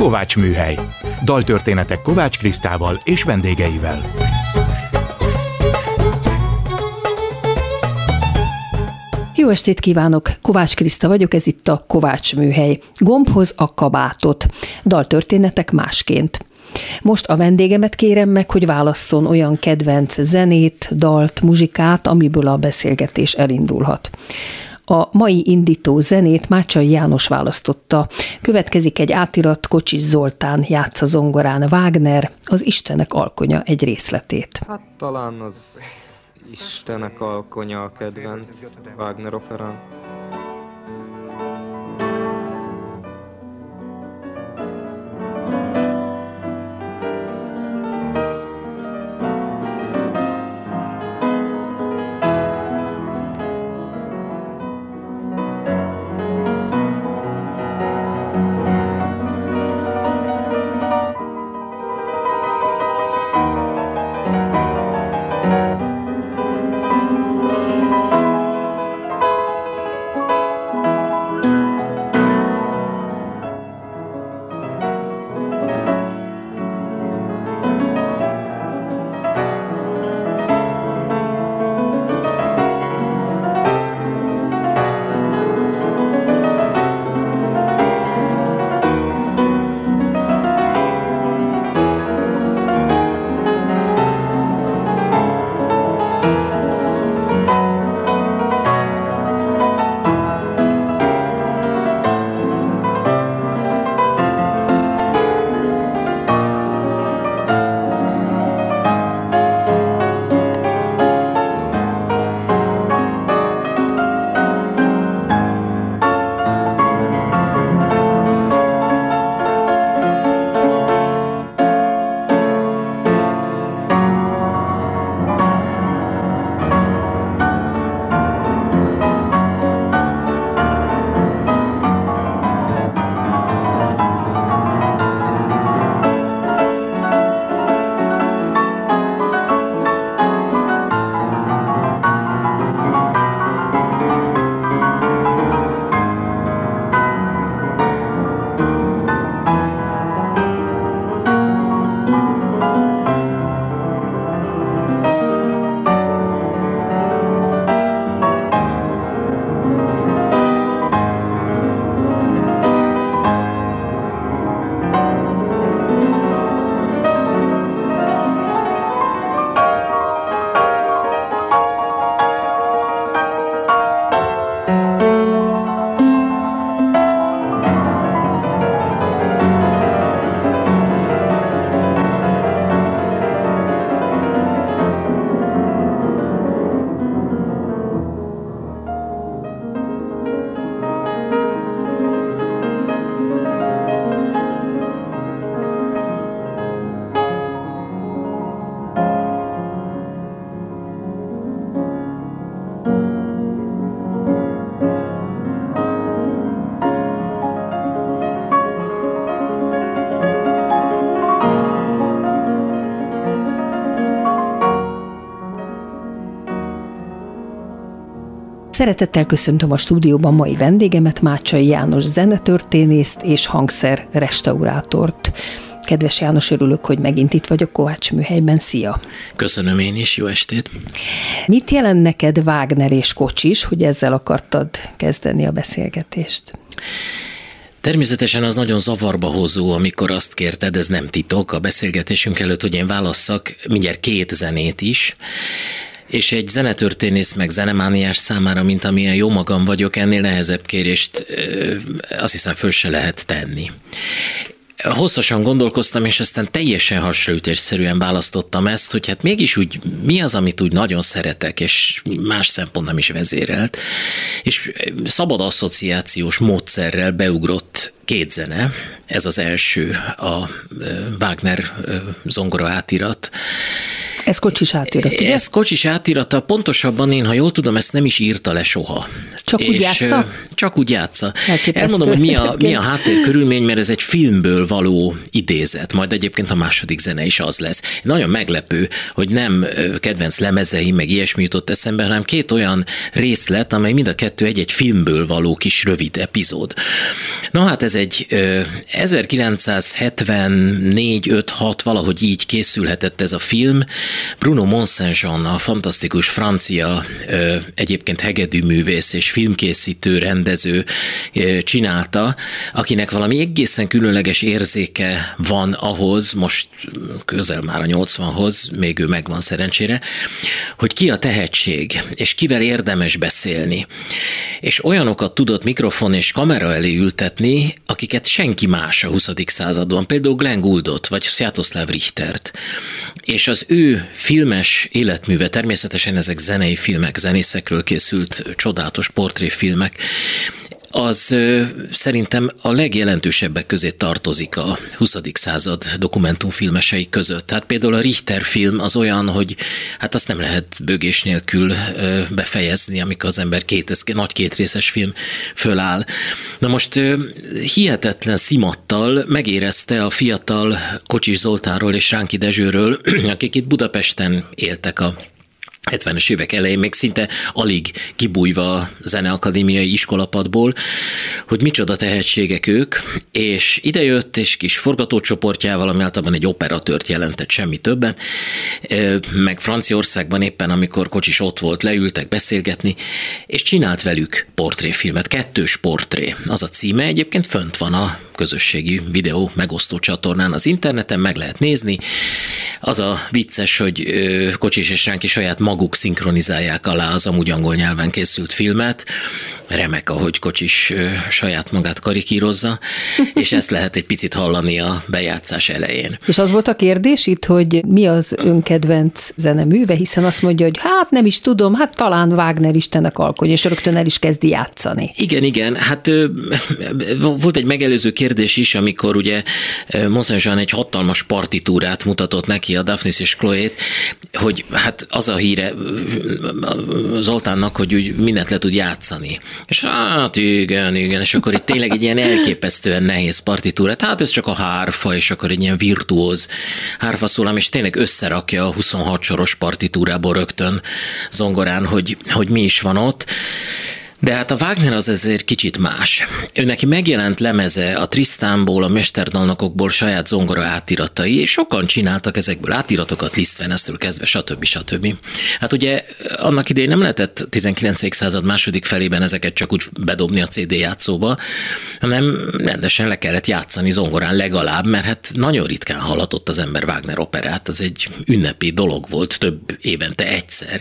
Kovács Műhely. Daltörténetek Kovács Krisztával és vendégeivel. Jó estét kívánok! Kovács Kriszta vagyok, ez itt a Kovács Műhely. Gombhoz a kabátot. Daltörténetek másként. Most a vendégemet kérem meg, hogy válasszon olyan kedvenc zenét, dalt, muzsikát, amiből a beszélgetés elindulhat. A mai indító zenét Mácsai János választotta. Következik egy átirat, Kocsis Zoltán játsza zongorán, Wagner, az Istenek alkonya egy részletét. Hát talán az Istenek alkonya a kedvenc Wagner operán. Szeretettel köszöntöm a stúdióban mai vendégemet, Mácsai János zenetörténészt és hangszer restaurátort. Kedves János, örülök, hogy megint itt vagyok Kovács Műhelyben. Szia! Köszönöm én is, jó estét! Mit jelent neked Wagner és Kocsis, hogy ezzel akartad kezdeni a beszélgetést? Természetesen az nagyon zavarba hozó, amikor azt kérted, ez nem titok, a beszélgetésünk előtt, hogy én válasszak mindjárt 2 zenét is, és egy zenetörténész meg zenemániás számára, mint amilyen jó magam vagyok, ennél nehezebb kérést azt hiszem föl se lehet tenni. Hosszasan gondolkoztam, és aztán teljesen hasraütésszerűen választottam ezt, hogy hát mégis úgy mi az, amit úgy nagyon szeretek, és más szempont nem is vezérelt. És szabad asszociációs módszerrel beugrott 2 zene. Ez az első, a Wagner zongora átirat. Ez Kocsis átirat, ugye? Ez Kocsis átirata, pontosabban én, ha jól tudom, ezt nem is írta le soha. Csak úgy játsza? Csak úgy játsza. Elképesztő. Elmondom, hogy mi a háttérkörülmény, mert ez egy filmből való idézet, majd egyébként a második zene is az lesz. Nagyon meglepő, hogy nem kedvenc lemezeim, meg ilyesmi jutott eszembe, hanem két olyan részlet, amely mind a kettő egy filmből való kis rövid epizód. Na hát ez egy 1974-5-6 valahogy így készülhetett ez a film. Bruno Mont-Saint-Jean, a fantasztikus francia egyébként hegedűművész és filmkészítő, rendező csinálta, akinek valami egészen különleges érzéke van ahhoz, most közel már a 80-hoz, még ő megvan szerencsére, hogy ki a tehetség, és kivel érdemes beszélni. És olyanokat tudott mikrofon és kamera elé ültetni, akiket senki más a 20. században, például Glenn Gouldot, vagy Sviatoslav Richtert. És az ő filmes életműve, természetesen ezek zenei filmek, zenészekről készült csodálatos portréfilmek, az szerintem a legjelentősebbek közé tartozik a 20. század dokumentumfilmesei között. Tehát például a Richter film az olyan, hogy hát azt nem lehet bögés nélkül befejezni, amikor az ember nagy kétrészes film föláll. Na most hihetetlen szimattal megérezte a fiatal Kocsis Zoltánról és Ránki Dezsőről, akik itt Budapesten éltek a 70-es évek elején, még szinte alig kibújva a zeneakadémiai iskolapadból, hogy micsoda tehetségek ők, és idejött, és kis forgatócsoportjával, ami általában egy operatőrt jelentett, semmi többen, meg Franciaországban éppen, amikor Kocsis ott volt, leültek beszélgetni, és csinált velük portréfilmet, 2 portré. Az a címe, egyébként fönt van a közösségi videó megosztó csatornán az interneten, meg lehet nézni. Az a vicces, hogy Kocsis és Ránki saját maguk szinkronizálják alá az amúgy angol nyelven készült filmet. Remek, ahogy Kocsis saját magát karikírozza, és ezt lehet egy picit hallani a bejátszás elején. És az volt a kérdés itt, hogy mi az önkedvenc zeneműve, hiszen azt mondja, hogy hát nem is tudom, hát talán Wagner Istennek alkony, és rögtön el is kezdi játszani. Igen, hát volt egy megelőző kérdés is, amikor ugye Mont-Saint-Jean egy hatalmas partitúrát mutatott neki, a Daphnis és Chloét, hogy hát az a híre Zoltánnak, hogy úgy mindent le tud játszani. És hát igen, és akkor itt tényleg egy ilyen elképesztően nehéz partitúrát, hát ez csak a hárfa, és akkor egy ilyen virtuóz hárfaszólám, és tényleg összerakja a 26 soros partitúrából rögtön zongorán, hogy mi is van ott. De hát a Wagner az ezért kicsit más. Ő neki megjelent lemeze a Trisztánból, a Mesterdalnakokból saját zongora átiratai, és sokan csináltak ezekből átiratokat, Liszt Venesztől kezdve, stb. Hát ugye annak idején nem lehetett 19. század második felében ezeket csak úgy bedobni a CD játszóba, hanem rendesen le kellett játszani zongorán legalább, mert hát nagyon ritkán hallatott az ember Wagner operát, az egy ünnepi dolog volt, több évente egyszer.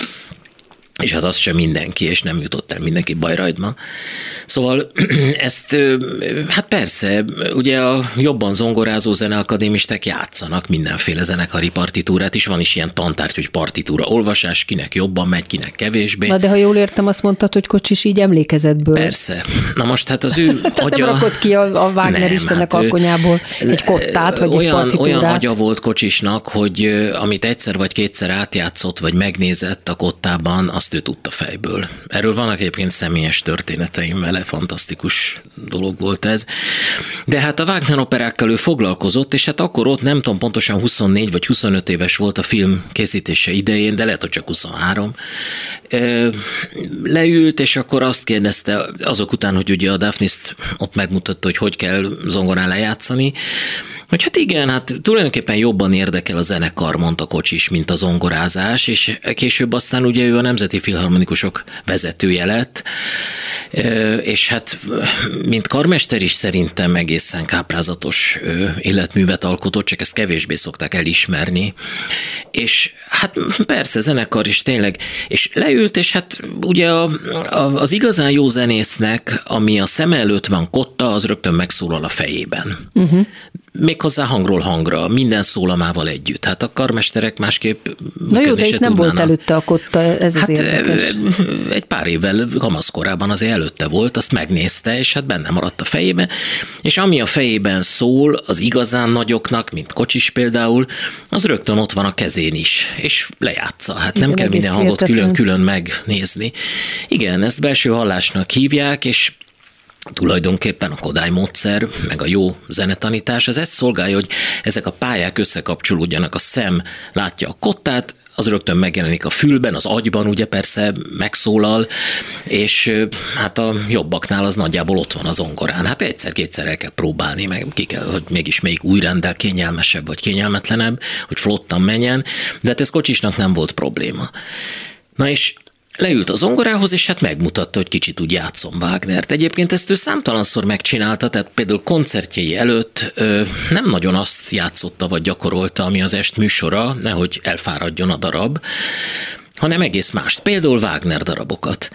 És hát az sem mindenki, és nem jutott el mindenki Bayreuthba. Szóval ezt, hát persze, ugye a jobban zongorázó zeneakadémisták játszanak mindenféle zenekari partitúrát, és van is ilyen tantárgy, hogy partitúra olvasás, kinek jobban megy, kinek kevésbé. Na de ha jól értem, azt mondtad, hogy Kocsis így emlékezetből. Persze. Na most hát az ő agya... nem rakott ki a Wagner Istennek alkonyából egy kottát, vagy egy partitúrát. Olyan agya volt Kocsisnak, hogy amit egyszer vagy kétszer átjátszott, vagy megnézett a kottában, azt ő tudta fejből. Erről vannak egyébként személyes történeteim vele, fantasztikus dolog volt ez. De hát a Wagner operákkal ő foglalkozott, és hát akkor ott nem tudom pontosan 24 vagy 25 éves volt a film készítése idején, de lehet, hogy csak 23. Leült, és akkor azt kérdezte, azok után, hogy ugye a Daphnist ott megmutatta, hogy kell zongorán lejátszani, hogy hát igen, hát tulajdonképpen jobban érdekel a zenekar, mondta Kocsis, mint a zongorázás, és később aztán ugye ő a Nemzeti Filharmonikusok vezetője lett, és hát mint karmester is szerintem egészen káprázatos életművet alkotott, csak ezt kevésbé szokták elismerni. És hát persze zenekar is tényleg, és leült, és hát ugye az igazán jó zenésznek, ami a szem előtt van kotta, az rögtön megszólal a fejében. Uh-huh. méghozzá hangról hangra, minden szólamával együtt. Hát a karmesterek másképp Na jó, de itt nem volt előtte a kotta, ez az érdekes. Egy pár évvel kamaszkorában azért előtte volt, azt megnézte, és hát benne maradt a fejébe, és ami a fejében szól az igazán nagyoknak, mint Kocsis például, az rögtön ott van a kezén is, és lejátsza. Hát nem kell minden hangot külön-külön megnézni. Igen, ezt belső hallásnak hívják, és tulajdonképpen a Kodály módszer, meg a jó zenetanítás, az ezt szolgálja, hogy ezek a pályák összekapcsolódjanak, a szem látja a kottát, az rögtön megjelenik a fülben, az agyban ugye persze megszólal, és hát a jobbaknál az nagyjából ott van a zongorán. Hát egyszer-kétszer el kell próbálni, meg ki kell, hogy mégis melyik új renddel kényelmesebb vagy kényelmetlenebb, hogy flottan menjen, de hát ez Kocsisnak nem volt probléma. Na és leült a zongorához, és hát megmutatta, hogy kicsit úgy játszom Wagnert. Egyébként ezt ő számtalanszor megcsinálta, tehát például koncertjei előtt nem nagyon azt játszotta, vagy gyakorolta, ami az est műsora, nehogy elfáradjon a darab, hanem egész mást. Például Wagner darabokat.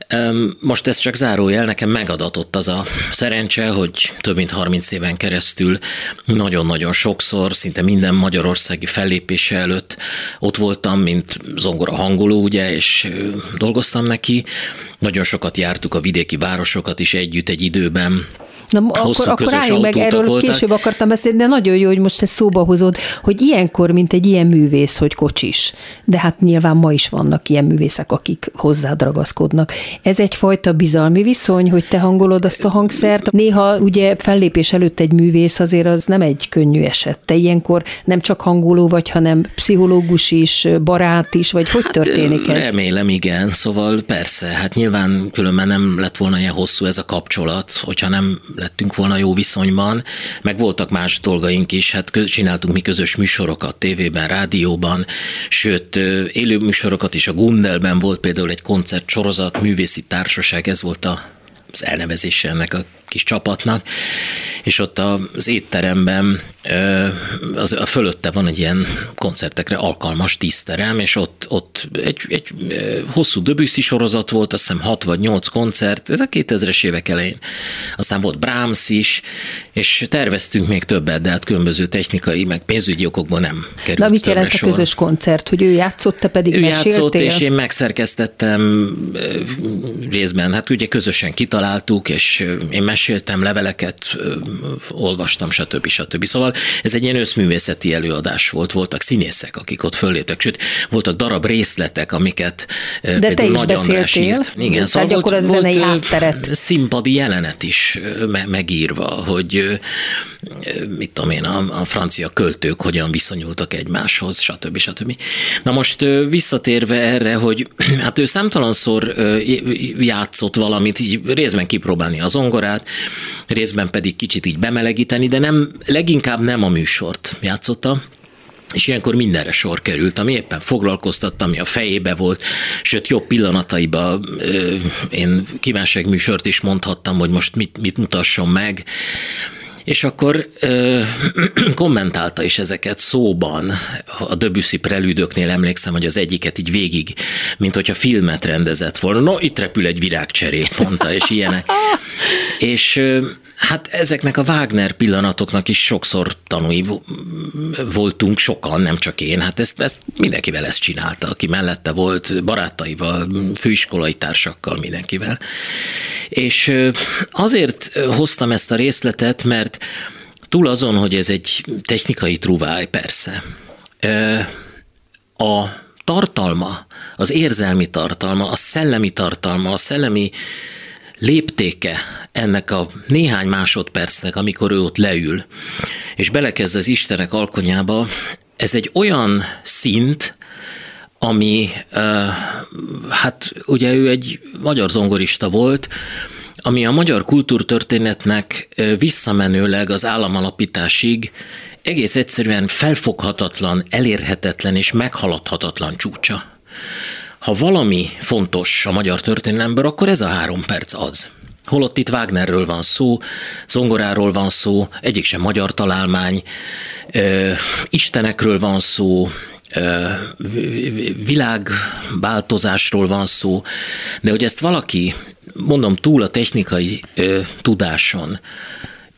Most ez csak zárójel, nekem megadatott az a szerencse, hogy több mint 30 éven keresztül nagyon-nagyon sokszor, szinte minden magyarországi fellépése előtt ott voltam, mint zongora hangoló, ugye, és dolgoztam neki. Nagyon sokat jártuk a vidéki városokat is együtt egy időben. Na, akkor álljunk meg, erről voltak. Később akartam beszélni, de nagyon jó, hogy most ezt szóba hozod, hogy ilyenkor, mint egy ilyen művész, hogy Kocsis, de hát nyilván ma is vannak ilyen művészek, akik hozzád ragaszkodnak. Ez egyfajta bizalmi viszony, hogy te hangolod azt a hangszert. Néha ugye fellépés előtt egy művész azért az nem egy könnyű eset. Te ilyenkor nem csak hangoló vagy, hanem pszichológus is, barát is, vagy hogy történik ez? Remélem, igen. Szóval persze, hát nyilván különben nem lett volna ilyen hosszú ez a kapcsolat, hogyha nem lettünk volna jó viszonyban, meg voltak más dolgaink is, hát csináltunk mi közös műsorokat tévében, rádióban, sőt, élő műsorokat is, a Gundelben volt például egy koncertsorozat, művészi társaság, ez volt az elnevezése ennek a kis csapatnak, és ott az étteremben a fölötte van egy ilyen koncertekre alkalmas díszterem, és ott egy hosszú Debussy sorozat volt, azt hiszem 6 vagy 8 koncert, ez a 2000-es évek elején. Aztán volt Brahms is, és terveztünk még többet, de hát különböző technikai, meg pénzügyi okokból nem került. Na, mit jelent a közös koncert, hogy ő játszott, te pedig meséltél? Ő játszott, és én megszerkesztettem részben, hát ugye közösen kitaláltuk, és én meséltem, leveleket olvastam, stb. Szóval ez egy ilyen összművészeti előadás volt, voltak színészek, akik ott fölléptek, sőt, voltak darab részletek, amiket de te is Nagy András írt. Igen, szóval volt színpadi jelenet is megírva, hogy mit tudom én, a francia költők hogyan viszonyultak egymáshoz, stb. Na most visszatérve erre, hogy hát ő számtalanszor játszott valamit, így részben kipróbálni a zongorát, részben pedig kicsit így bemelegíteni, de leginkább nem a műsort játszotta, és ilyenkor mindenre sor került, ami éppen foglalkoztatta, ami a fejébe volt, sőt jobb pillanataiban én kívánságműsort is mondhattam, hogy most mit mutasson meg, és akkor kommentálta is ezeket szóban. A Debussy prelűdöknél emlékszem, hogy az egyiket így végig, mint hogyha filmet rendezett volna. No, itt repül egy virágcserép, mondta, és ilyenek. És hát ezeknek a Wagner pillanatoknak is sokszor tanúi voltunk, sokan, nem csak én. Hát ezt mindenkivel ezt csinálta, aki mellette volt, barátaival, főiskolai társakkal, mindenkivel. És azért hoztam ezt a részletet, mert túl azon, hogy ez egy technikai truváj, persze, a tartalma, az érzelmi tartalma, a szellemi tartalma, a szellemi léptéke ennek a néhány másodpercnek, amikor ő ott leül, és belekezd az Istenek alkonyába, ez egy olyan szint, ami, hát ugye ő egy magyar zongorista volt, ami a magyar kultúrtörténetnek visszamenőleg az államalapításig egész egyszerűen felfoghatatlan, elérhetetlen és meghaladhatatlan csúcsa. Ha valami fontos a magyar történelemben, akkor ez a 3 perc az. Holott itt Wagnerről van szó, zongoráról van szó, egyik sem magyar találmány, istenekről van szó, világváltozásról van szó, de hogy ezt valaki, mondom, túl a technikai tudáson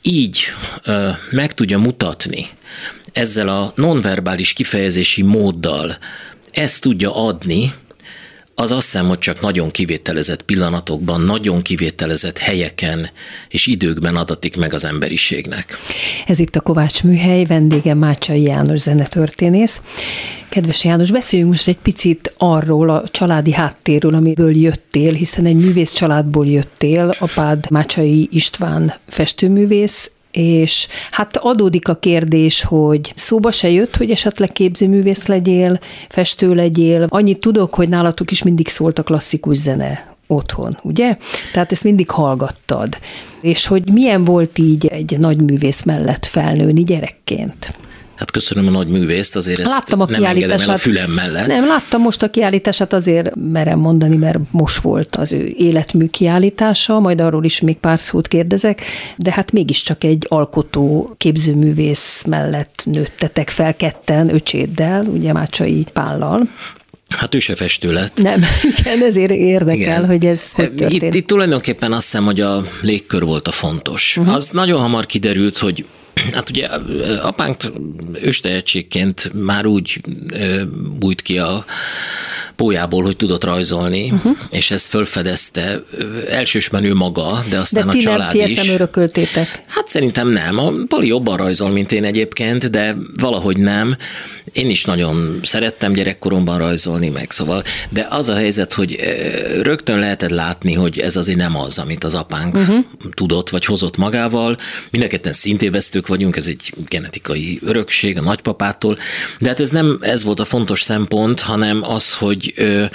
így meg tudja mutatni ezzel a nonverbális kifejezési móddal, ezt tudja adni, az azt hiszem, hogy csak nagyon kivételezett pillanatokban, nagyon kivételezett helyeken és időkben adatik meg az emberiségnek. Ez itt a Kovács Műhely, vendége Mácsai János zenetörténész. Kedves János, beszéljünk most egy picit arról a családi háttérről, amiből jöttél, hiszen egy művész családból jöttél, apád Mácsai István festőművész, és hát adódik a kérdés, hogy szóba se jött, hogy esetleg képzőművész legyél, festő legyél. Annyit tudok, hogy nálatok is mindig szólt a klasszikus zene otthon, ugye? Tehát ezt mindig hallgattad. És hogy milyen volt így egy nagy művész mellett felnőni gyerekként? Hát köszönöm a nagy művészt, azért ezt láttam a nem engedem el a fülem mellett. Nem, láttam most a kiállítását, azért merem mondani, mert most volt az ő életmű kiállítása, majd arról is még pár szót kérdezek, de hát mégiscsak egy alkotó képzőművész mellett nőttetek fel ketten, öcséddel, ugye Mácsai Pállal. Hát ő se festő lett. Nem, igen, ezért érdekel, igen. Hogy ez hogy történt. Itt tulajdonképpen azt hiszem, hogy a légkör volt a fontos. Az nagyon hamar kiderült, hogy hát ugye apánk őstehetségként már úgy bújt ki a pólyából, hogy tudott rajzolni, és ezt fölfedezte elsősorban ő maga, de aztán a család is. De ti ezt nem örököltétek? Hát szerintem nem. A Pali jobban rajzol, mint én egyébként, de valahogy nem. Én is nagyon szerettem gyerekkoromban rajzolni meg, szóval, de az a helyzet, hogy rögtön lehetett látni, hogy ez azért nem az, amit az apánk tudott, vagy hozott magával. Mindenketten szintévesztők vagyunk, ez egy genetikai örökség a nagypapától, de hát ez nem ez volt a fontos szempont, hanem az, hogy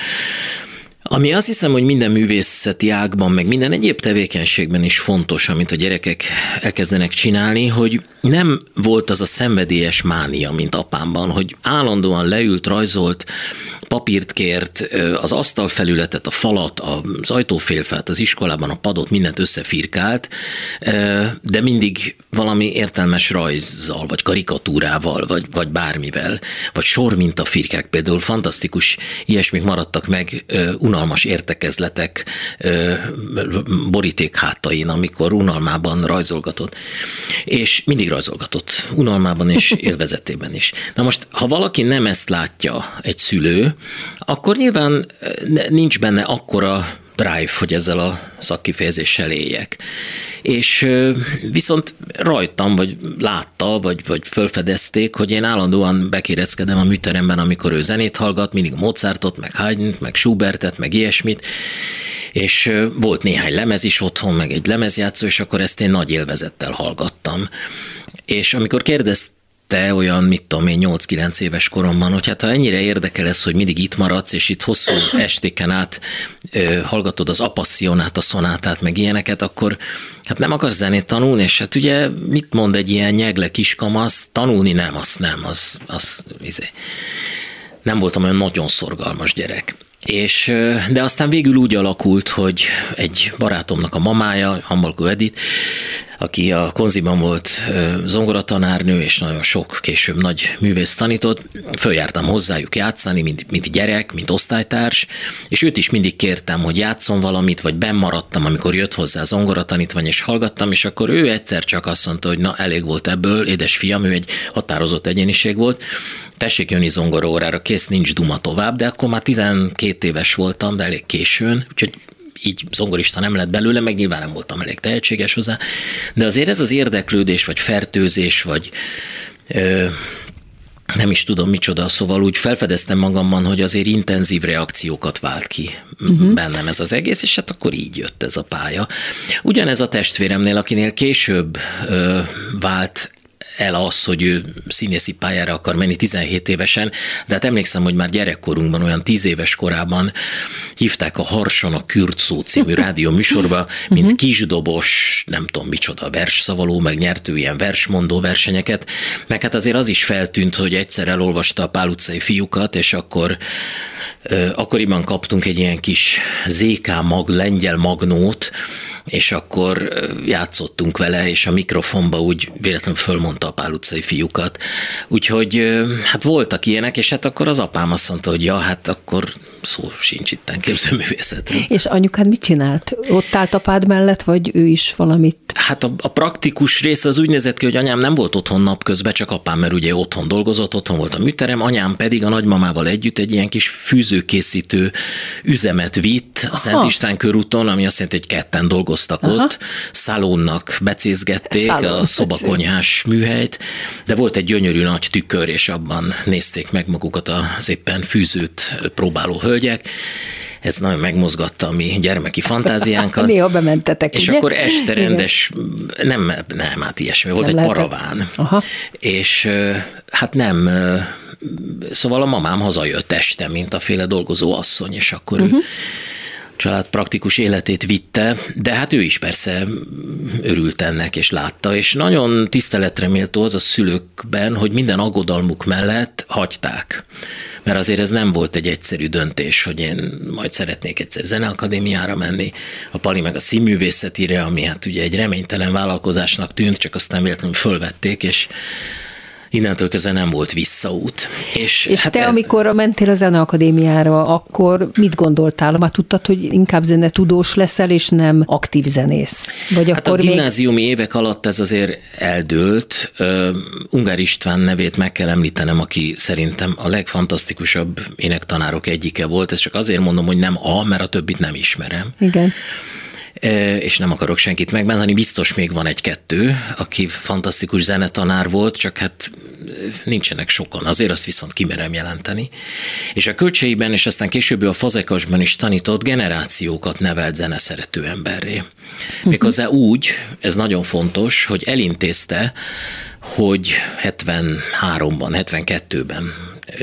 ami azt hiszem, hogy minden művészeti ágban, meg minden egyéb tevékenységben is fontos, amit a gyerekek elkezdenek csinálni, hogy nem volt az a szenvedélyes mánia, mint apámban, hogy állandóan leült, rajzolt, papírt kért, az asztalfelületet, a falat, az ajtófélfát, az iskolában a padot, mindent összefirkált, de mindig valami értelmes rajzzal, vagy karikatúrával, vagy bármivel, vagy sormintafirkák például, fantasztikus ilyesmik maradtak meg, unalmas értekezletek boríték hátain, amikor unalmában rajzolgatott. És mindig rajzolgatott, unalmában és élvezetében is. Na most, ha valaki nem ezt látja, egy szülő, akkor nyilván nincs benne akkora drive, hogy ezzel a szakkifejezéssel éljek. És viszont rajtam, vagy látta, vagy felfedezték, hogy én állandóan bekéreckedem a műteremben, amikor ő zenét hallgat, mindig Mozartot, meg Haydnt, meg Schubertet, meg ilyesmit, és volt néhány lemez is otthon, meg egy lemezjátszó, és akkor ezt én nagy élvezettel hallgattam. És amikor kérdezte olyan, mit tudom én, 8-9 éves koromban, hogy hát ha ennyire érdekel ez, hogy mindig itt maradsz, és itt hosszú estéken át hallgatod az Appassionát, a szonátát, meg ilyeneket, akkor hát nem akarsz zenét tanulni, és hát ugye mit mond egy ilyen nyegle kiskamasz, tanulni nem, azt nem, nem voltam olyan nagyon szorgalmas gyerek. De aztán végül úgy alakult, hogy egy barátomnak a mamája, Hambalkó Edith, aki a Konziban volt zongoratanárnő, és nagyon sok később nagy művész tanított, följártam hozzájuk játszani, mint gyerek, mint osztálytárs, és őt is mindig kértem, hogy játszom valamit, vagy bennmaradtam, amikor jött hozzá zongoratanítvány, és hallgattam, és akkor ő egyszer csak azt mondta, hogy na, elég volt ebből, édesfiam, ő egy határozott egyéniség volt, tessék jönni zongoraórára, kész, nincs duma tovább, de akkor már 12 éves voltam, de elég későn, úgyhogy így zongorista nem lett belőle, meg nyilván nem voltam elég tehetséges hozzá, de azért ez az érdeklődés, vagy fertőzés, vagy nem is tudom micsoda, szóval úgy felfedeztem magamban, hogy azért intenzív reakciókat vált ki bennem ez az egész, és hát akkor így jött ez a pálya. Ugyanez a testvéremnél, akinél később vált el az, hogy ő színészi pályára akar menni 17 évesen, de hát emlékszem, hogy már gyerekkorunkban, olyan 10 éves korában hívták a Harsan a Kürtszó című rádió műsorba, mint kisdobos, nem tudom micsoda, versszavaló, meg nyert ő ilyen versmondó versenyeket, meg hát azért az is feltűnt, hogy egyszer elolvasta a Pál utcai fiúkat, és akkoriban kaptunk egy ilyen kis ZK lengyel magnót, és akkor játszottunk vele, és a mikrofonba úgy véletlenül fölmondta a Pál utcai fiúkat. Úgyhogy hát voltak ilyenek, és hát akkor az apám azt mondta, hogy ja, hát akkor szó sincs itten képzőművészetről. És anyukád mit csinált? Ott állt apád mellett, vagy ő is valamit Hát a praktikus része az úgy nézett ki, hogy anyám nem volt otthon napközben, csak apám, mert ugye otthon dolgozott, otthon volt a műterem, anyám pedig a nagymamával együtt egy ilyen kis fűzőkészítő üzemet vitt a Szent István körúton, ami azt jelenti, hogy ketten dolgoztak ott, szalonnak becézgették a szobakonyhás műhelyt, de volt egy gyönyörű nagy tükör, és abban nézték meg magukat az éppen fűzőt próbáló hölgyek. Ez nagyon megmozgatta a mi gyermeki fantáziánkat. Néha bementetek, és ugye? akkor este rendes, nem, hát ilyesmi, volt nem egy lehetett. Paraván. Aha. És hát nem, szóval a mamám hazajött este, mint a féle dolgozó asszony, és akkor ő család praktikus életét vitte, de hát ő is persze örült ennek, és látta, és nagyon tiszteletre méltó az a szülőkben, hogy minden aggodalmuk mellett hagyták. Mert azért ez nem volt egy egyszerű döntés, hogy én majd szeretnék egyszer zeneakadémiára menni, a Pali meg a színművészetire, ami hát ugye egy reménytelen vállalkozásnak tűnt, csak aztán véletlenül fölvették, és innentől közben nem volt visszaút. És hát te, amikor mentél a Zeneakadémiára, akkor mit gondoltál? Már tudtad, hogy inkább zenetudós leszel, és nem aktív zenész? Vagy hát akkor a gimnáziumi évek alatt ez azért eldőlt. Ungár István nevét meg kell említenem, aki szerintem a legfantasztikusabb énektanárok egyike volt. Ezt csak azért mondom, hogy nem mert a többit nem ismerem. Igen. És nem akarok senkit megbántani, biztos még van egy-kettő, aki fantasztikus zenetanár volt, csak hát nincsenek sokan, azért azt viszont kimerem jelenteni. És a Kölcseiben, és aztán később a Fazekasban is tanított, generációkat nevelt zeneszerető emberré. Méghozzá úgy, ez nagyon fontos, hogy elintézte, hogy 73-ban, 72-ben,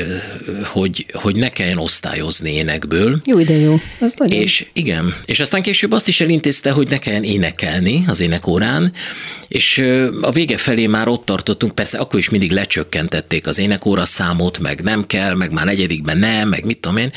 hogy ne kelljen osztályozni énekből. Jó, de jó. Az nagyon. És igen, és aztán később azt is elintézte, hogy ne kelljen énekelni az énekórán, és a vége felé már ott tartottunk, persze akkor is mindig lecsökkentették az énekóra számot, meg nem kell, meg már negyedikben nem, meg mit tudom én.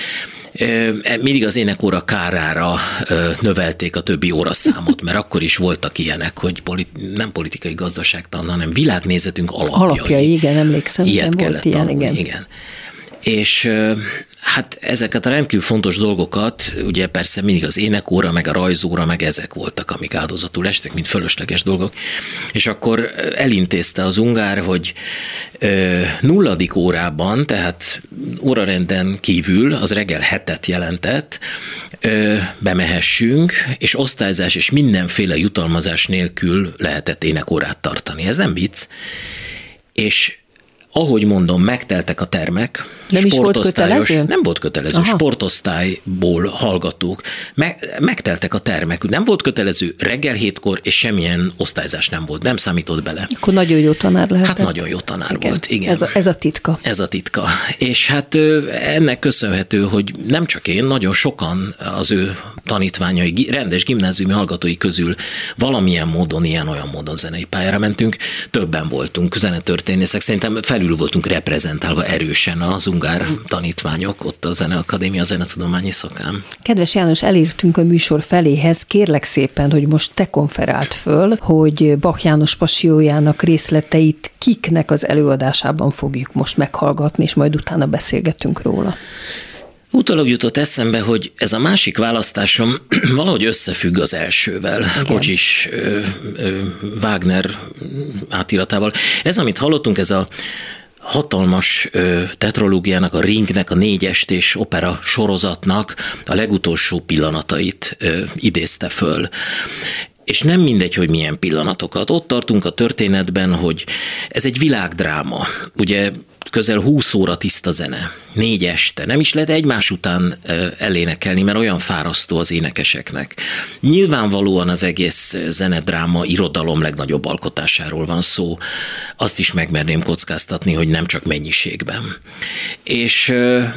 Mindig az énekóra kárára növelték a többi óraszámot, mert akkor is voltak ilyenek, hogy nem politikai gazdaságtan, hanem világnézetünk alapjai. Igen, emlékszem. Ilyet kellett tanulni, igen. És hát ezeket a rendkívül fontos dolgokat, ugye persze mindig az énekóra, meg a rajzóra, meg ezek voltak, amik áldozatul estek, mint fölösleges dolgok. És akkor elintézte az Ungár, hogy 0. órában, tehát órarenden kívül, az reggel 7-et jelentett, bemehessünk, és osztályzás és mindenféle jutalmazás nélkül lehetett énekórát tartani. Ez nem vicc. És ahogy mondom, megteltek a termek. Nem is volt kötelező? Nem volt kötelező. Aha. Sportosztályból hallgatók. Megteltek a termek. Nem volt kötelező reggel 7-kor, és semmilyen osztályzás nem volt. Nem számított bele. Akkor nagyon jó tanár lehetett. Hát nagyon jó tanár volt, igen. Ez a titka. Ez a titka. És hát ennek köszönhető, hogy nem csak én, nagyon sokan az ő tanítványai, rendes gimnáziumi hallgatói közül valamilyen módon, ilyen-olyan módon zenei pályára mentünk. Többen voltunk zenetörténészek. Szerintem felül voltunk reprezentálva erősen az ungár tanítványok ott a Zeneakadémia Zenetudományi Szakán. Kedves János, elértünk a műsor feléhez. Kérlek szépen, hogy most te konferált föl, hogy Bach János Passiójának részleteit kiknek az előadásában fogjuk most meghallgatni, és majd utána beszélgetünk róla. Utólag jutott eszembe, hogy ez a másik választásom valahogy összefügg az elsővel, igen. Kocsis Wagner átiratával. Ez, amit hallottunk, ez a hatalmas tetralógiának, a Ringnek, a 4 estés opera sorozatnak a legutolsó pillanatait idézte föl. És nem mindegy, hogy milyen pillanatokat. Ott tartunk a történetben, hogy ez egy világdráma. Ugye közel 20 óra tiszta zene, 4 este. Nem is lehet egymás után elénekelni, mert olyan fárasztó az énekeseknek. Nyilvánvalóan az egész zenedráma irodalom legnagyobb alkotásáról van szó. Azt is megmerném kockáztatni, hogy nem csak mennyiségben. És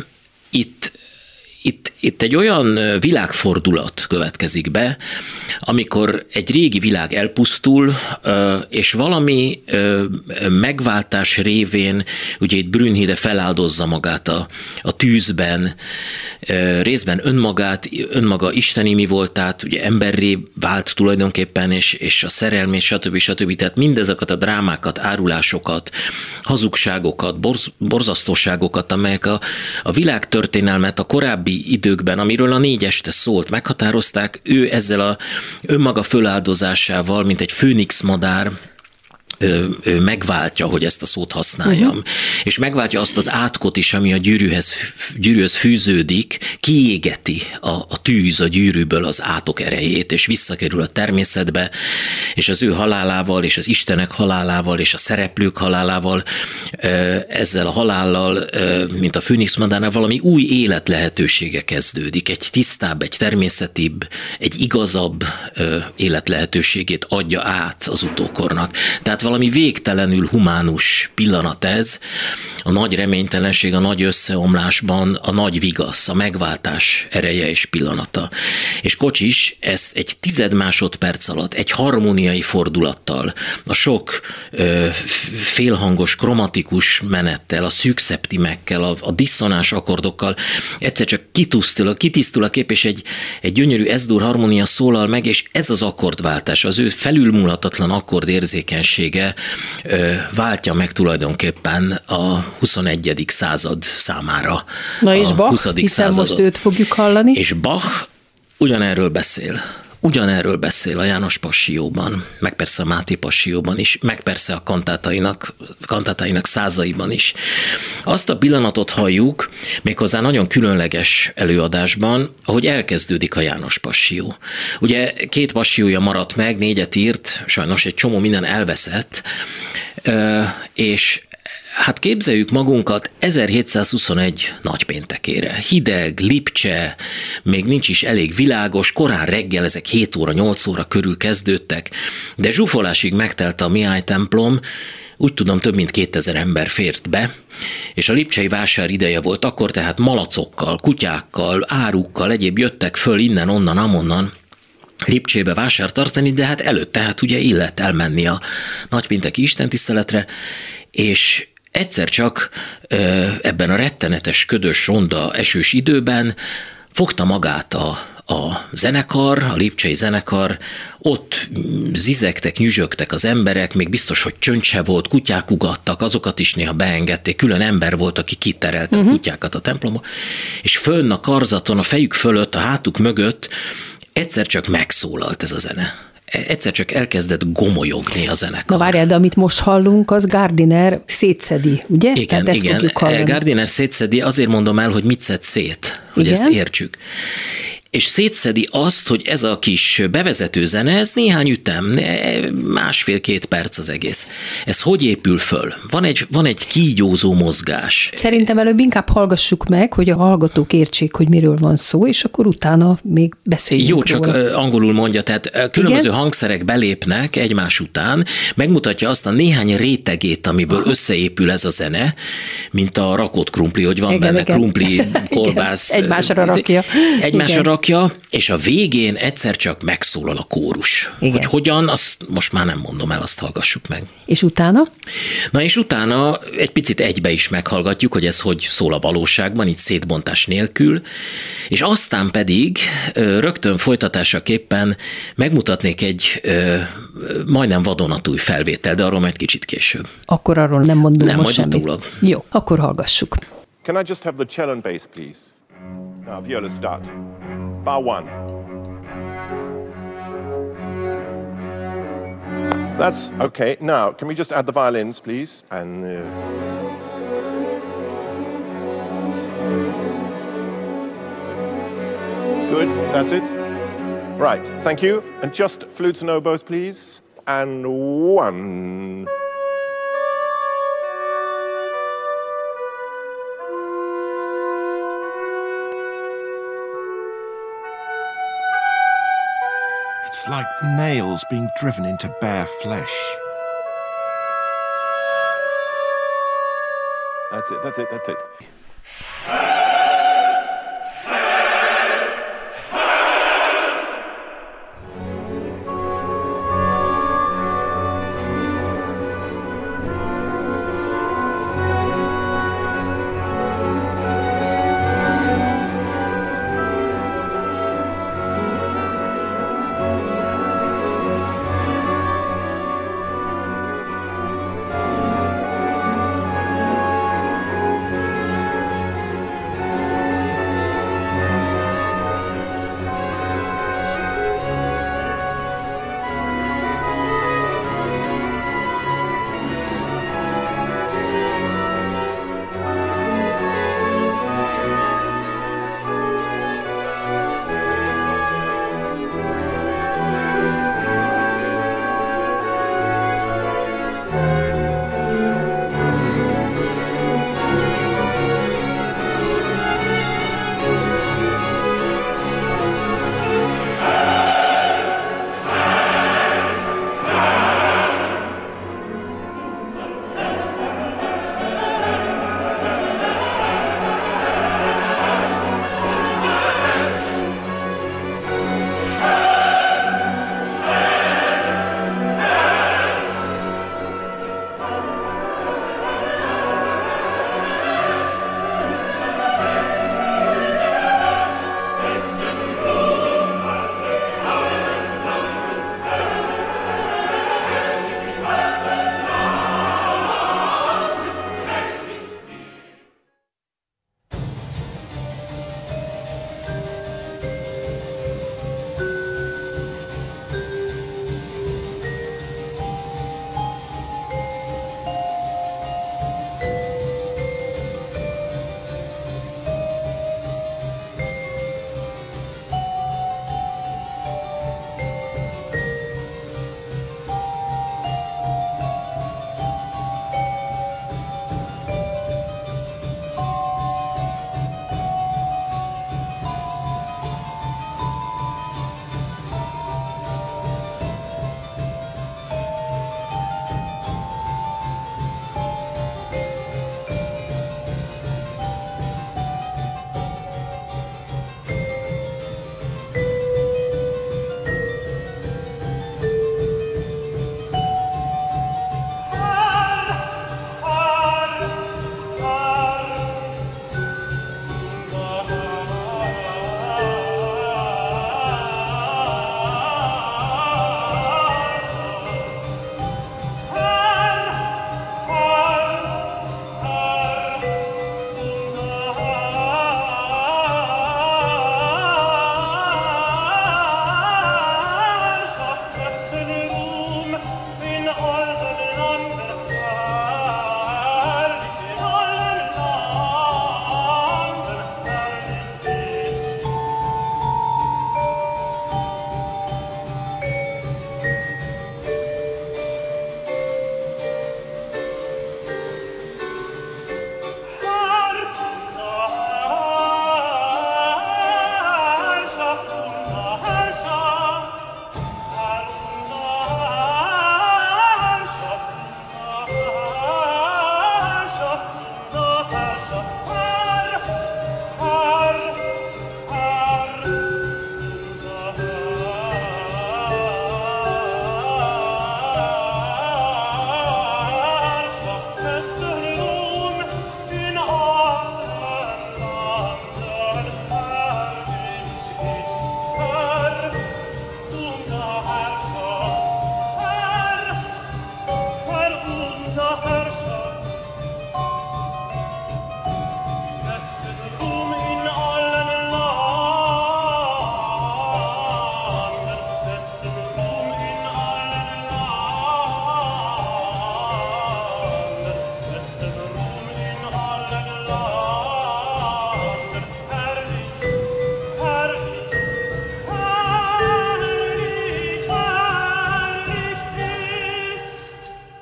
itt egy olyan világfordulat következik be, amikor egy régi világ elpusztul, és valami megváltás révén, ugye itt Brünnhilde feláldozza magát a tűzben, részben önmaga isteni mi voltát, ugye emberré vált tulajdonképpen, és a szerelmét, stb. Tehát mindezeket a drámákat, árulásokat, hazugságokat, borzasztóságokat, amelyek a világtörténelmet a korábbi korábbi időkben, amiről a 4 este szólt, meghatározták, ő ezzel a önmaga föláldozásával, mint egy főnix madár, ő megváltja, hogy ezt a szót használjam, és megváltja azt az átkot is, ami a gyűrűhöz fűződik, kiégeti a tűz a gyűrűből az átok erejét, és visszakerül a természetbe, és az ő halálával, és az istenek halálával, és a szereplők halálával, ezzel a halállal, mint a főnix madárnál, valami új élet lehetősége kezdődik, egy tisztább, egy természetibb, egy igazabb élet lehetőségét adja át az utókornak. Tehát valami végtelenül humánus pillanat ez, a nagy reménytelenség, a nagy összeomlásban a nagy vigasz, a megváltás ereje és pillanata. És Kocsis ezt egy 10 másodperc alatt, egy harmóniai fordulattal, a sok félhangos, kromatikus menettel, a szűk szeptimekkel, a diszonás akkordokkal egyszer csak kitisztul a kép, és egy gyönyörű S-dur harmónia szólal meg, és ez az akkordváltás, az ő felülmúlhatatlan akkordérzékenysége váltja meg tulajdonképpen a 21. század számára. Na és Bach, 20. hiszen századot. most őt fogjuk hallani. És Bach ugyanerről beszél. Ugyanerről beszél a János Passió-ban, meg persze a Máté Passió-ban is, meg persze a kantátáinak százaiban is. Azt a pillanatot halljuk, méghozzá nagyon különleges előadásban, ahogy elkezdődik a János Passió. Ugye 2 passiója maradt meg, 4-et írt, sajnos egy csomó minden elveszett, és hát képzeljük magunkat 1721 nagypéntekére. Hideg, Lipcse, még nincs is elég világos, korán reggel, ezek 7 óra, 8 óra körül kezdődtek, de zsúfolásig megtelt a Mihály templom, úgy tudom, több mint 2000 ember fért be, és a lipcsei vásár ideje volt akkor, tehát malacokkal, kutyákkal, árukkal, egyéb jöttek föl innen, onnan, amonnan, Lipcsébe vásárt tartani, de hát előtte hát ugye illet elmenni a nagypénteki istentiszteletre, és egyszer csak ebben a rettenetes, ködös, ronda, esős időben fogta magát a zenekar, a lipcsei zenekar, ott zizegtek, nyüzsögtek az emberek, még biztos, hogy csönd se volt, kutyák ugattak, azokat is néha beengedték, külön ember volt, aki kiterelte a kutyákat a templomba, és fönn a karzaton, a fejük fölött, a hátuk mögött egyszer csak megszólalt ez a zene. Egyszer csak elkezdett gomolyogni a zenekar. Na várjál, de amit most hallunk, az Gardiner szétszedi, ugye? Igen. Gardiner szétszedi, azért mondom el, hogy mit szed szét, hogy igen? Ezt értsük. És szétszedi azt, hogy ez a kis bevezető zene, ez néhány ütem, 1,5-2 perc az egész. Ez hogy épül föl? Van egy kígyózó mozgás. Szerintem előbb inkább hallgassuk meg, hogy a hallgatók értsék, hogy miről van szó, és akkor utána még beszéljünk Jó, csak róla. angolul mondja, tehát különböző hangszerek belépnek egymás után, megmutatja azt a néhány rétegét, amiből összeépül ez a zene, mint a rakott krumpli, hogy van benne krumpli, kolbász. Egymásra rakja. Egymásra rakja, és a végén egyszer csak megszólal a kórus. Igen. Hogy hogyan, azt most már nem mondom el, azt hallgassuk meg. És utána? Na és utána egy picit egybe is meghallgatjuk, hogy ez hogy szól a valóságban, így szétbontás nélkül, és aztán pedig rögtön folytatásaképpen megmutatnék egy majdnem vadonatúj felvétel, de arról majd kicsit később. Akkor arról nem mondunk Nem, most majd semmit. utólag. Jó, akkor hallgassuk. Can I just have the cello and bass, please? Now, viola start. Bar 1. That's okay. Now, can we just add the violins, please? And good. That's it. Right. Thank you. And just flutes and oboes, please. And 1. It's like nails being driven into bare flesh. That's it, that's it, that's it.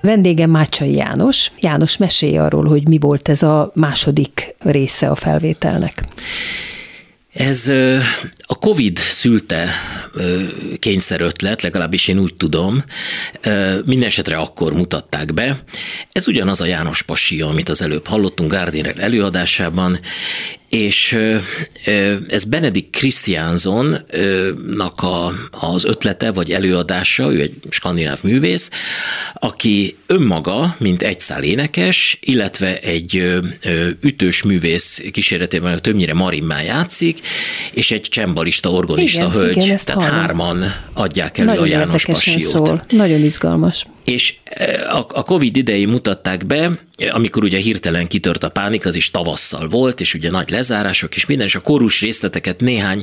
Vendégem Mácsai János. János, mesélj arról, hogy mi volt ez a második része a felvételnek. Ez a Covid szülte kényszerötlet, legalábbis én úgy tudom, mindenesetre akkor mutatták be. Ez ugyanaz a János Passia, amit az előbb hallottunk Gardiner előadásában, és ez Benedikt Christiansonnak az ötlete vagy előadása, ő egy skandináv művész, aki önmaga, mint egyszál énekes, illetve egy ütős művész kíséretében többnyire marimmán játszik, és egy csembalista, organista hölgy, tehát hallom. Hárman adják elő nagyon a János Passiót. Szól. Nagyon izgalmas. És a Covid idején mutatták be, amikor ugye hirtelen kitört a pánik, az is tavasszal volt, és ugye nagy lezárások és minden, és a kórus részleteket néhány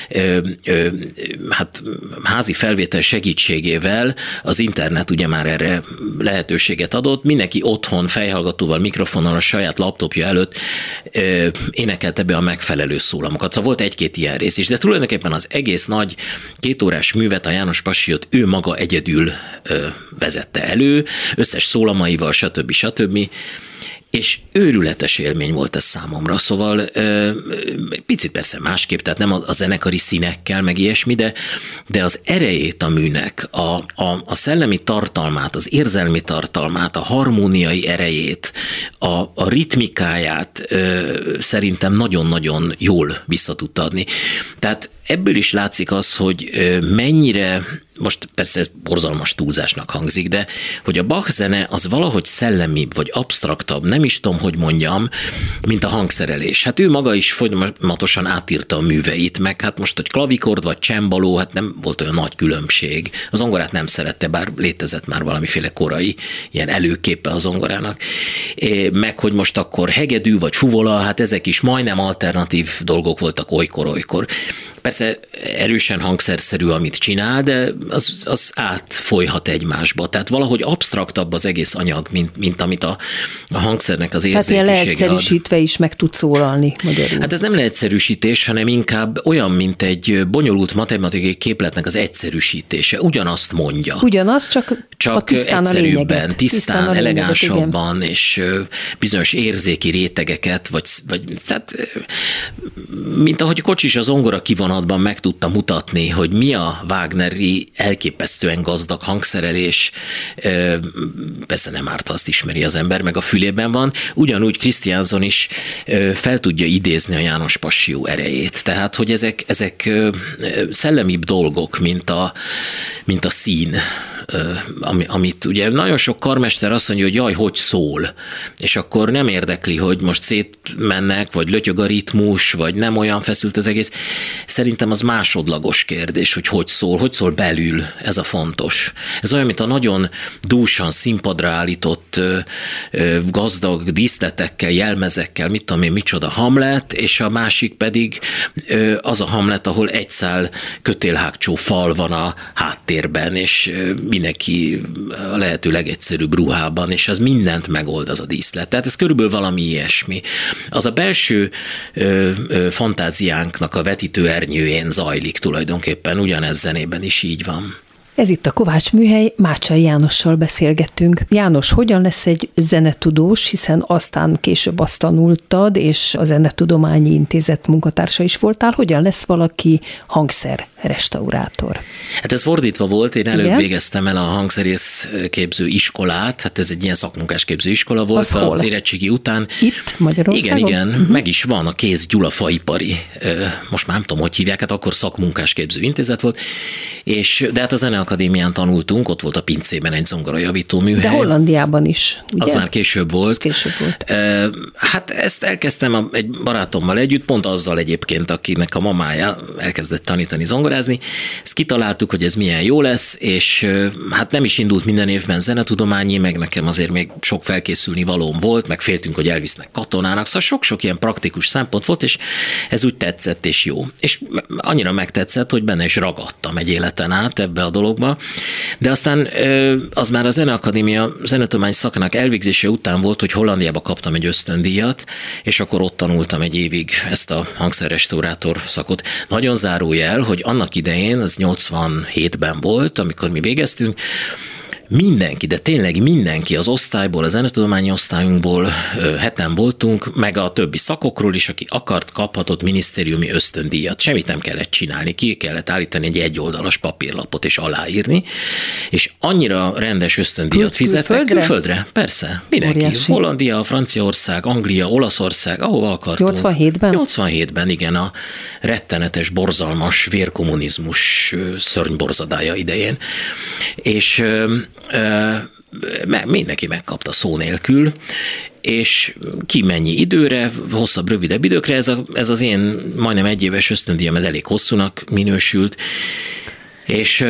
házi felvétel segítségével az internet ugye már erre lehetőséget adott. Mindenki otthon fejhallgatóval, mikrofonnal a saját laptopja előtt énekelte be a megfelelő szólamokat. Szóval volt egy-két ilyen rész is, de tulajdonképpen az egész nagy 2 órás művet, a János Passiót ő maga egyedül vezette elő, összes szólamaival, stb. És őrületes élmény volt ez számomra, szóval picit persze másképp, tehát nem a zenekari színekkel, meg ilyesmi, de az erejét a műnek, a szellemi tartalmát, az érzelmi tartalmát, a harmóniai erejét, a ritmikáját szerintem nagyon-nagyon jól vissza tudta adni. Tehát ebből is látszik az, hogy mennyire, most persze ez borzalmas túlzásnak hangzik, de hogy a Bach zene az valahogy szellemibb, vagy absztraktabb, nem is tudom, hogy mondjam, mint a hangszerelés. Hát ő maga is folyamatosan átírta a műveit, meg hát most, hogy klavikord vagy csembaló, hát nem volt olyan nagy különbség. Az zongorát nem szerette, bár létezett már valamiféle korai ilyen előképe a zongorának. Meg, hogy most akkor hegedű vagy fuvola, hát ezek is majdnem alternatív dolgok voltak olykor-olykor. Persze erősen hangszerszerű, amit csinál, de az átfolyhat egymásba. Tehát valahogy absztraktabb az egész anyag, mint amit a hangszernek az érzékenysége ad. Tehát leegyszerűsítve is meg tud szólalni magyarul. Hát ez nem leegyszerűsítés, hanem inkább olyan, mint egy bonyolult matematikai képletnek az egyszerűsítése. Ugyanazt mondja. Ugyanaz, csak tisztán egyszerűbben, tisztán elegánsabban, igen. És bizonyos érzéki rétegeket, vagy tehát, mint ahogy Kocsis a zongora kivonatban meg tudta mutatni, hogy mi a Wagneri elképesztően gazdag hangszerelés, persze nem árt, azt ismeri az ember, meg a fülében van, ugyanúgy Christianson is fel tudja idézni a János Passió erejét. Tehát, hogy ezek szellemibb dolgok, mint a szín, amit ugye nagyon sok karmester azt mondja, hogy jaj, hogy szól, és akkor nem érdekli, hogy most szétmennek, vagy lötyög a ritmus, vagy nem olyan feszült az egész. Szerintem az másodlagos kérdés, hogy szól belül, ez a fontos. Ez olyan, mint a nagyon dúsan színpadra állított gazdag díszletekkel, jelmezekkel, mit tudom én, micsoda Hamlet, és a másik pedig az a Hamlet, ahol egy szál kötélhágcsó fal van a háttérben, és mindenki a lehető legegyszerűbb ruhában, és az mindent megold az a díszlet. Tehát ez körülbelül valami ilyesmi. Az a belső fantáziánknak a vetítőernyőjén zajlik tulajdonképpen, ugyanez zenében is így van. Ez itt a Kovács Műhely, Mácsai Jánossal beszélgettünk. János, hogyan lesz egy zenetudós, hiszen aztán később azt tanultad, és a Zenetudományi Intézet munkatársa is voltál, hogyan lesz valaki hangszerrestaurátor? Hát ez fordítva volt, én előbb végeztem el a hangszerészképző iskolát, hát ez egy ilyen szakmunkásképző iskola volt az érettségi után. Itt Magyarországon? Igen, meg is van a Kéz Gyula faipari, most már nem tudom, hogy hívják, hát akkor szakmunkásképző intézet volt, de hát a Zeneakadémián tanultunk, ott volt a pincében egy zongorajavító műhely. De Hollandiában is, ugye? Az már később volt. Hát ezt elkezdtem egy barátommal együtt, pont azzal egyébként, akinek a mamája elkezdett tanítani zongorázni. Ezt kitaláltuk, hogy ez milyen jó lesz, és hát nem is indult minden évben zenetudományi, meg nekem azért még sok felkészülni valóm volt, meg féltünk, hogy elvisznek katonának, szóval sok-sok ilyen praktikus szempont volt, és ez úgy tetszett, és jó. És annyira megtetszett, hogy benne is ragadtam egy életen át ebbe a dologba, de aztán az már a Zeneakadémia zenetudományi szakának elvégzése után volt, hogy Hollandiába kaptam egy ösztöndíjat, és akkor ott tanultam egy évig ezt a hangszerrestaurátor szakot. Nagyon zárójel, hogy annak idején, az 87-ben volt, amikor mi végeztünk, mindenki, de tényleg mindenki az osztályból, a zenetudományi osztályunkból, heten voltunk, meg a többi szakokról is, aki akart, kaphatott minisztériumi ösztöndíjat. Semmit nem kellett csinálni, ki kellett állítani egy egyoldalas papírlapot és aláírni, és annyira rendes ösztöndíjat fizettek külföldre. Persze, mindenki. Óriási. Hollandia, Franciaország, Anglia, Olaszország, ahova akartunk. 87-ben? 87-ben, igen, a rettenetes, borzalmas vérkommunizmus szörnyborzadája idején. És mindenki megkapta szó nélkül, és ki mennyi időre, hosszabb, rövidebb időkre, ez az én majdnem egyéves ösztöndíjam, ez elég hosszúnak minősült, és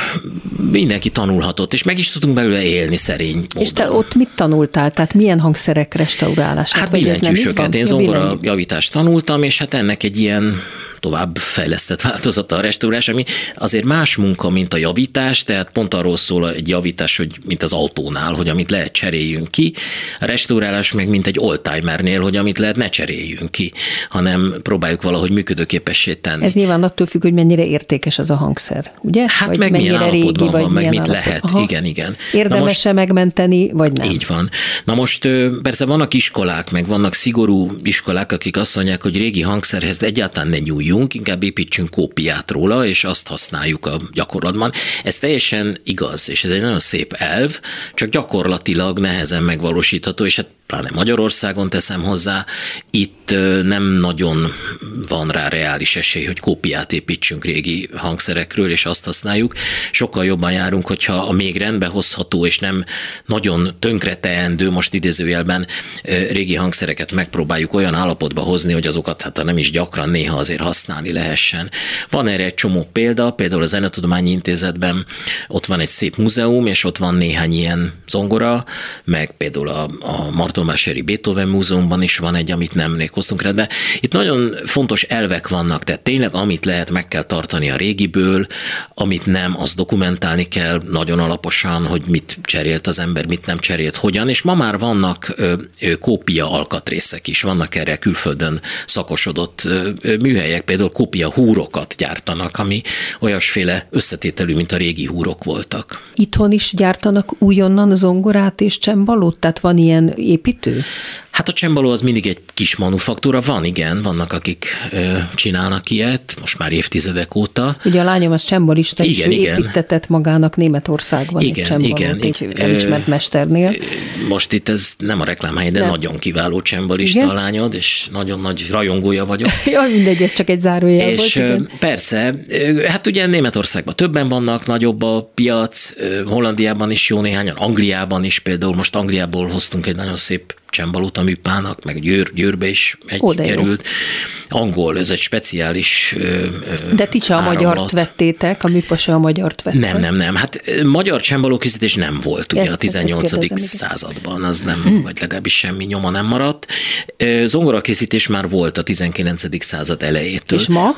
mindenki tanulhatott, és meg is tudtunk belőle élni szerény módon. És te ott mit tanultál? Tehát milyen hangszerek restaurálását? Hát billentyűsöket, én zongorajavítást tanultam, és hát ennek egy ilyen tovább fejlesztett változata a restaurálás, ami azért más munka, mint a javítás, tehát pont arról szól egy javítás, hogy mint az autónál, hogy amit lehet cseréljünk ki, a restaurálás meg mint egy oldtimernél, hogy amit lehet ne cseréljünk ki, hanem próbáljuk valahogy működőképessé tenni. Ez nyilván attól függ, hogy mennyire értékes az a hangszer, ugye? Hát vagy meg milyen állapotban van, meg mit lehet. Aha. Igen. Érdemes-e megmenteni, vagy nem? Így van. Na most persze vannak iskolák, meg vannak szigorú iskolák, akik azt mondják, hogy régi hangszerhez egyáltalán ne nyúljunk, inkább építsünk kópiát róla, és azt használjuk a gyakorlatban. Ez teljesen igaz, és ez egy nagyon szép elv, csak gyakorlatilag nehezen megvalósítható, és hát pláne Magyarországon teszem hozzá, itt nem nagyon van rá reális esély, hogy kópiát építsünk régi hangszerekről, és azt használjuk. Sokkal jobban járunk, hogyha a még rendbehozható és nem nagyon tönkreteendő, most idézőjelben régi hangszereket megpróbáljuk olyan állapotba hozni, hogy azokat hát nem is gyakran, néha azért használni lehessen. Van erre egy csomó példa, például a Zenetudományi Intézetben ott van egy szép múzeum, és ott van néhány ilyen zongora, meg például a Martonvásári Beethoven Múzeumban is van egy, amit nemrég hoztunk rá, de itt nagyon fontos elvek vannak, tehát tényleg amit lehet, meg kell tartani a régiből, amit nem, azt dokumentálni kell nagyon alaposan, hogy mit cserélt az ember, mit nem cserélt, hogyan, és ma már vannak kópia alkatrészek is, vannak erre külföldön szakosodott műhelyek, például kópia húrokat gyártanak, ami olyasféle összetételű, mint a régi húrok voltak. Itthon is gyártanak újonnan zongorát és csembalót? Tehát van ilyen építő? Hát a csembaló az mindig egy kis manufaktúra, vannak akik csinálnak ilyet, most már évtizedek óta. Ugye a lányom az csembalista, és ő építetett magának Németországban egy csembalót, egy elismert mesternél. Most itt ez nem a reklámhely, de nagyon kiváló csembalista a lányod, és nagyon nagy rajongója vagyok. Jaj, mindegy, ez csak egy zárójel volt. És persze, hát ugye Németországban többen vannak, nagyobb a piac, Hollandiában is jó néhányan, Angliában is például, most Angliából hoztunk egy nagyon szép csembalót a műpának, meg Győrbe is került. Angol, ez egy speciális De ti se a magyart vettétek, a műpa se a magyart vette. Nem. Hát magyar csembalókészítés nem volt ugye a 18. században, az nem, vagy legalábbis semmi nyoma nem maradt. Zongorakészítés már volt a 19. század elejétől. És ma?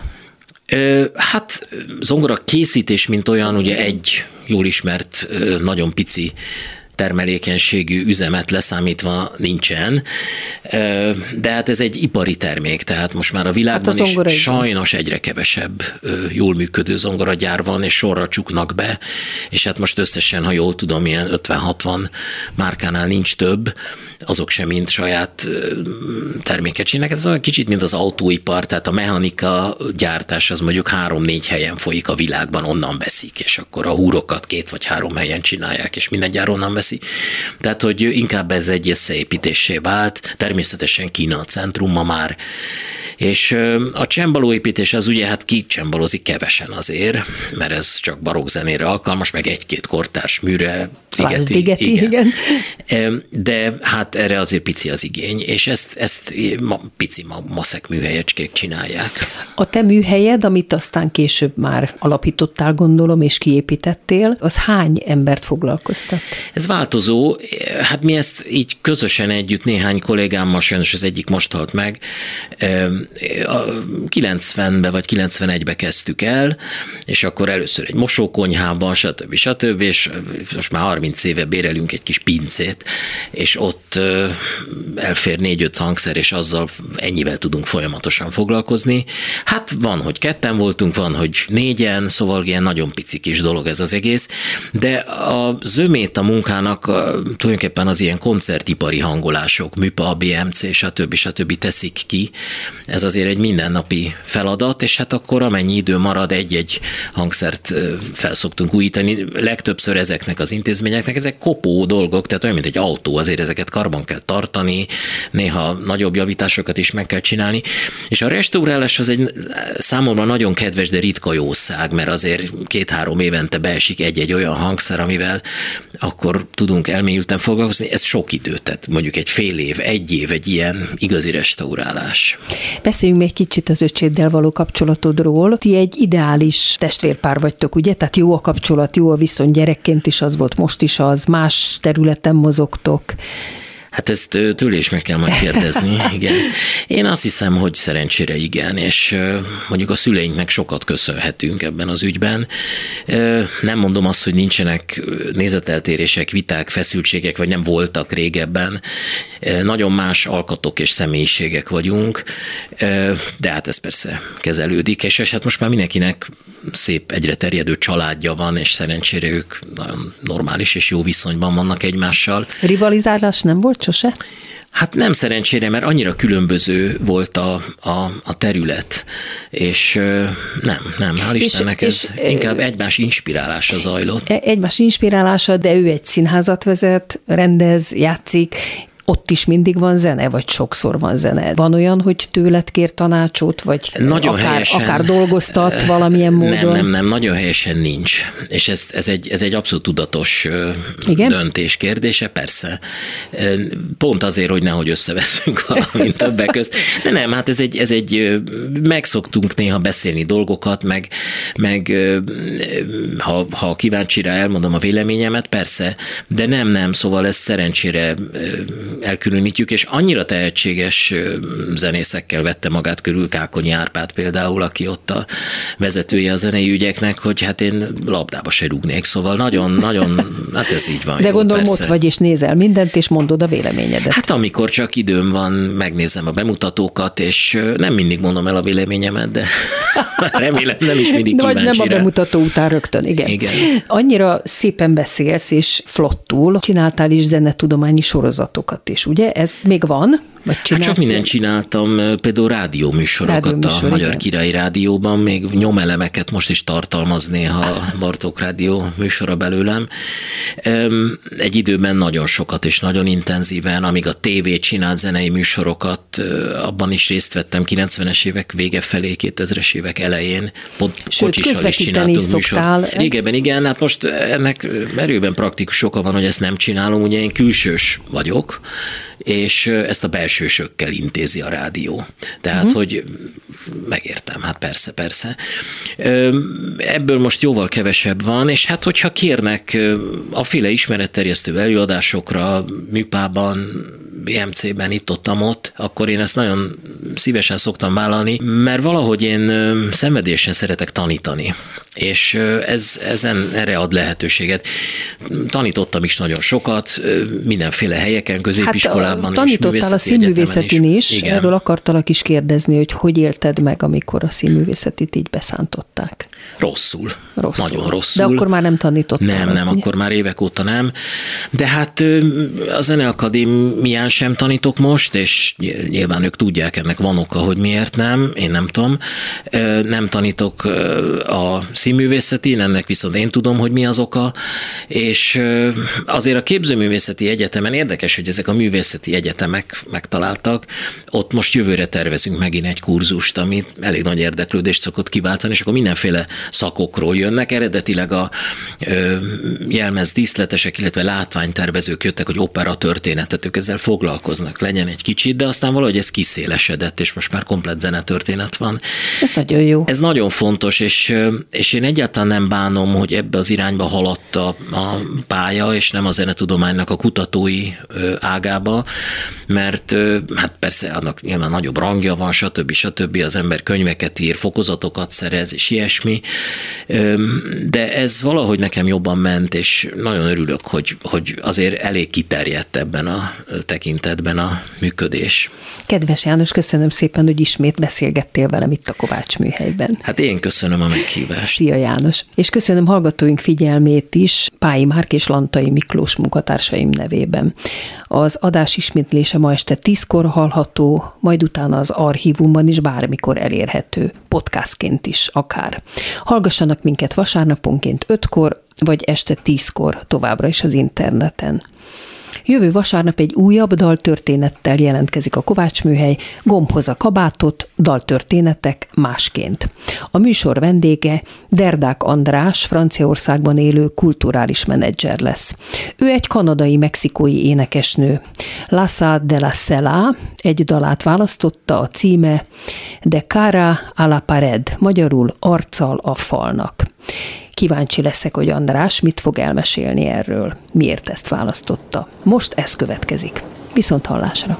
Hát zongora készítés, mint olyan, ugye egy jól ismert, nagyon pici termelékenységű üzemet leszámítva nincsen, de hát ez egy ipari termék, tehát most már a világban is sajnos egyre kevesebb jól működő zongoragyár van, és sorra csuknak be, és hát most összesen, ha jól tudom, ilyen 50-60 márkánál nincs több, azok sem mind saját terméket csinálnak. Ez olyan kicsit, mint az autóipar, tehát a mechanika gyártás az mondjuk 3-4 helyen folyik a világban, onnan veszik, és akkor a húrokat 2 vagy 3 helyen csinálják, és minden gyár onnan veszi. Tehát, hogy inkább ez egy összeépítésé vált, természetesen Kína a centrum ma már, és a csembalóépítés az ugye hát ki csembalózik kevesen azért, mert ez csak barokk zenére alkalmas, meg egy-két kortárs műre ligeti, igen. De hát erre azért pici az igény, és ezt pici maszek műhelyecskék csinálják. A te műhelyed, amit aztán később már alapítottál, gondolom, és kiépítettél, az hány embert foglalkoztat? Ez változó. Hát mi ezt így közösen együtt néhány kollégámmal, sajnos az egyik most halt meg, 90-be vagy 91-be kezdtük el, és akkor először egy mosókonyhában, stb. És most már 30 30 éve bérelünk egy kis pincét, és ott elfér 4-5 hangszer, és azzal ennyivel tudunk folyamatosan foglalkozni. Hát van, hogy 2 voltunk, van, hogy 4, szóval ilyen nagyon pici kis dolog ez az egész, de a zömét a munkának tulajdonképpen az ilyen koncertipari hangolások, műpa, BMC, stb. Teszik ki. Ez azért egy mindennapi feladat, és hát akkor amennyi idő marad, egy-egy hangszert felszoktunk újítani. Legtöbbször ezeknek az intézményeknek, ezek kopó dolgok, tehát olyan, mint egy autó, azért ezeket karban kell tartani, néha nagyobb javításokat is meg kell csinálni, és a restaurálás az egy számomra nagyon kedves, de ritka jószág, mert azért 2-3 évente beesik egy-egy olyan hangszer, amivel akkor tudunk elmélyülten foglalkozni. Ez sok idő, tehát mondjuk egy fél év, 1 év egy ilyen igazi restaurálás. Beszéljünk még kicsit az öcséddel való kapcsolatodról. Ti egy ideális testvérpár vagytok, ugye? Tehát jó a kapcsolat, jó a viszony, gyerekként is az volt, most is az, más területen mozogtok. Hát ezt tőle is meg kell majd kérdezni, igen. Én azt hiszem, hogy szerencsére igen, és mondjuk a szüleinknek sokat köszönhetünk ebben az ügyben. Nem mondom azt, hogy nincsenek nézeteltérések, viták, feszültségek, vagy nem voltak régebben. Nagyon más alkatok és személyiségek vagyunk, de hát ez persze kezelődik, és hát most már mindenkinek szép, egyre terjedő családja van, és szerencsére ők nagyon normális és jó viszonyban vannak egymással. Rivalizálás nem volt sose? Hát nem szerencsére, mert annyira különböző volt a terület, és nem, hál' Istennek ez inkább egymás inspirálása zajlott. Egymás inspirálása, de ő egy színházat vezet, rendez, játszik, ott is mindig van zene, vagy sokszor van zene? Van olyan, hogy tőled kér tanácsot, vagy akár dolgoztat valamilyen módon? Nem, nagyon helyesen nincs. És ez egy abszolút tudatos döntés kérdése, persze. Pont azért, hogy nehogy összeveszünk valamint többek közt. De nem, hát ez egy megszoktunk néha beszélni dolgokat, meg ha kíváncsi rá, elmondom a véleményemet, persze, de nem, szóval ezt szerencsére elkülönítjük, és annyira tehetséges zenészekkel vette magát körül, Kákonyi Árpád például, aki ott a vezetője a zenei ügyeknek, hogy hát én labdába se rúgnék, szóval nagyon, hát ez így van. De jó, gondolom persze. Ott vagy és nézel mindent, és mondod a véleményedet. Hát amikor csak időm van, megnézem a bemutatókat, és nem mindig mondom el a véleményemet, de remélem nem is mindig kíváncsi nem a rá. bemutató után rögtön, igen. Annyira szépen beszélsz, és flottul, csináltál is zenetudományi sorozatokat is, ugye? Ez még van? Hát sok mindent csináltam, például rádióműsorokat a Magyar Királyi Rádióban, még nyomelemeket most is tartalmaz néha a Bartók Rádió műsora belőlem. Egy időben nagyon sokat és nagyon intenzíven, amíg a TV csinált zenei műsorokat, abban is részt vettem 90-es évek vége felé, 2000-es évek elején. Kocsissal is csináltunk műsort. Régebben igen, hát most ennek erőben praktikus oka van, hogy ezt nem csinálom, ugye én külsős vagyok, és ezt a belsősökkel intézi a rádió. Tehát, hogy megértem, hát persze. Ebből most jóval kevesebb van, és hát hogyha kérnek aféle ismeretterjesztő előadásokra, műpában, BMC-ben, itt-ott, akkor én ezt nagyon szívesen szoktam vállalni, mert valahogy én szenvedélyesen szeretek tanítani, és erre ad lehetőséget. Tanítottam is nagyon sokat, mindenféle helyeken, középiskolában és művészeti tanítottál a színművészetin is, igen. Erről akartalak is kérdezni, hogy élted meg, amikor a színművészetit így beszántották? Rosszul. Nagyon rosszul. De akkor már nem tanítottál? Nem, akkor már évek óta nem. De hát a Zeneakadémián sem tanítok most, és nyilván ők tudják, ennek van oka, hogy miért nem, én nem tudom. Nem tanítok a színművészetén, ennek viszont én tudom, hogy mi az oka, és azért a Képzőművészeti Egyetemen érdekes, hogy ezek a művészeti egyetemek megtaláltak. Ott most jövőre tervezünk megint egy kurzust, ami elég nagy érdeklődést szokott kiváltani, és akkor mindenféle szakokról jönnek. Eredetileg a jelmez díszletesek, illetve látványtervezők jöttek, hogy opera történetet, ők ezzel foglalkoznak, legyen egy kicsit, de aztán valahogy ez kiszélesedett, és most már komplett zenetörténet van. Ez nagyon jó. Ez nagyon fontos, és én egyáltalán nem bánom, hogy ebbe az irányba haladt a pálya, és nem a zenetudománynak a kutatói ágába, mert hát persze annak nyilván nagyobb rangja van, stb. Az ember könyveket ír, fokozatokat szerez, és ilyesmi, de ez valahogy nekem jobban ment, és nagyon örülök, hogy azért elég kiterjedt ebben a tekintetben a működés. Kedves János, köszönöm szépen, hogy ismét beszélgettél velem itt a Kovács Műhelyben. Hát én köszönöm a meghívást. Szia János! És köszönöm hallgatóink figyelmét is Pályi Márk és Lantai Miklós munkatársaim nevében. Az adás ismétlése ma este 10-kor hallható, majd utána az archívumban is bármikor elérhető, podcastként is akár. Hallgassanak minket vasárnaponként 5-kor, vagy este 10-kor továbbra is az interneten. Jövő vasárnap egy újabb daltörténettel jelentkezik a Kovács Műhely, Gombhoz a kabátot, daltörténetek másként. A műsor vendége Derdák András, Franciaországban élő kulturális menedzser lesz. Ő egy kanadai-mexikói énekesnő. Lassa de la Sela egy dalát választotta, a címe De cara a la pared, magyarul arccal a falnak. Kíváncsi leszek, hogy András mit fog elmesélni erről, miért ezt választotta. Most ez következik. Viszont hallásra!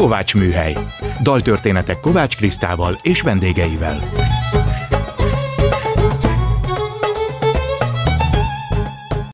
Kovács Műhely. Daltörténetek Kovács Krisztával és vendégeivel.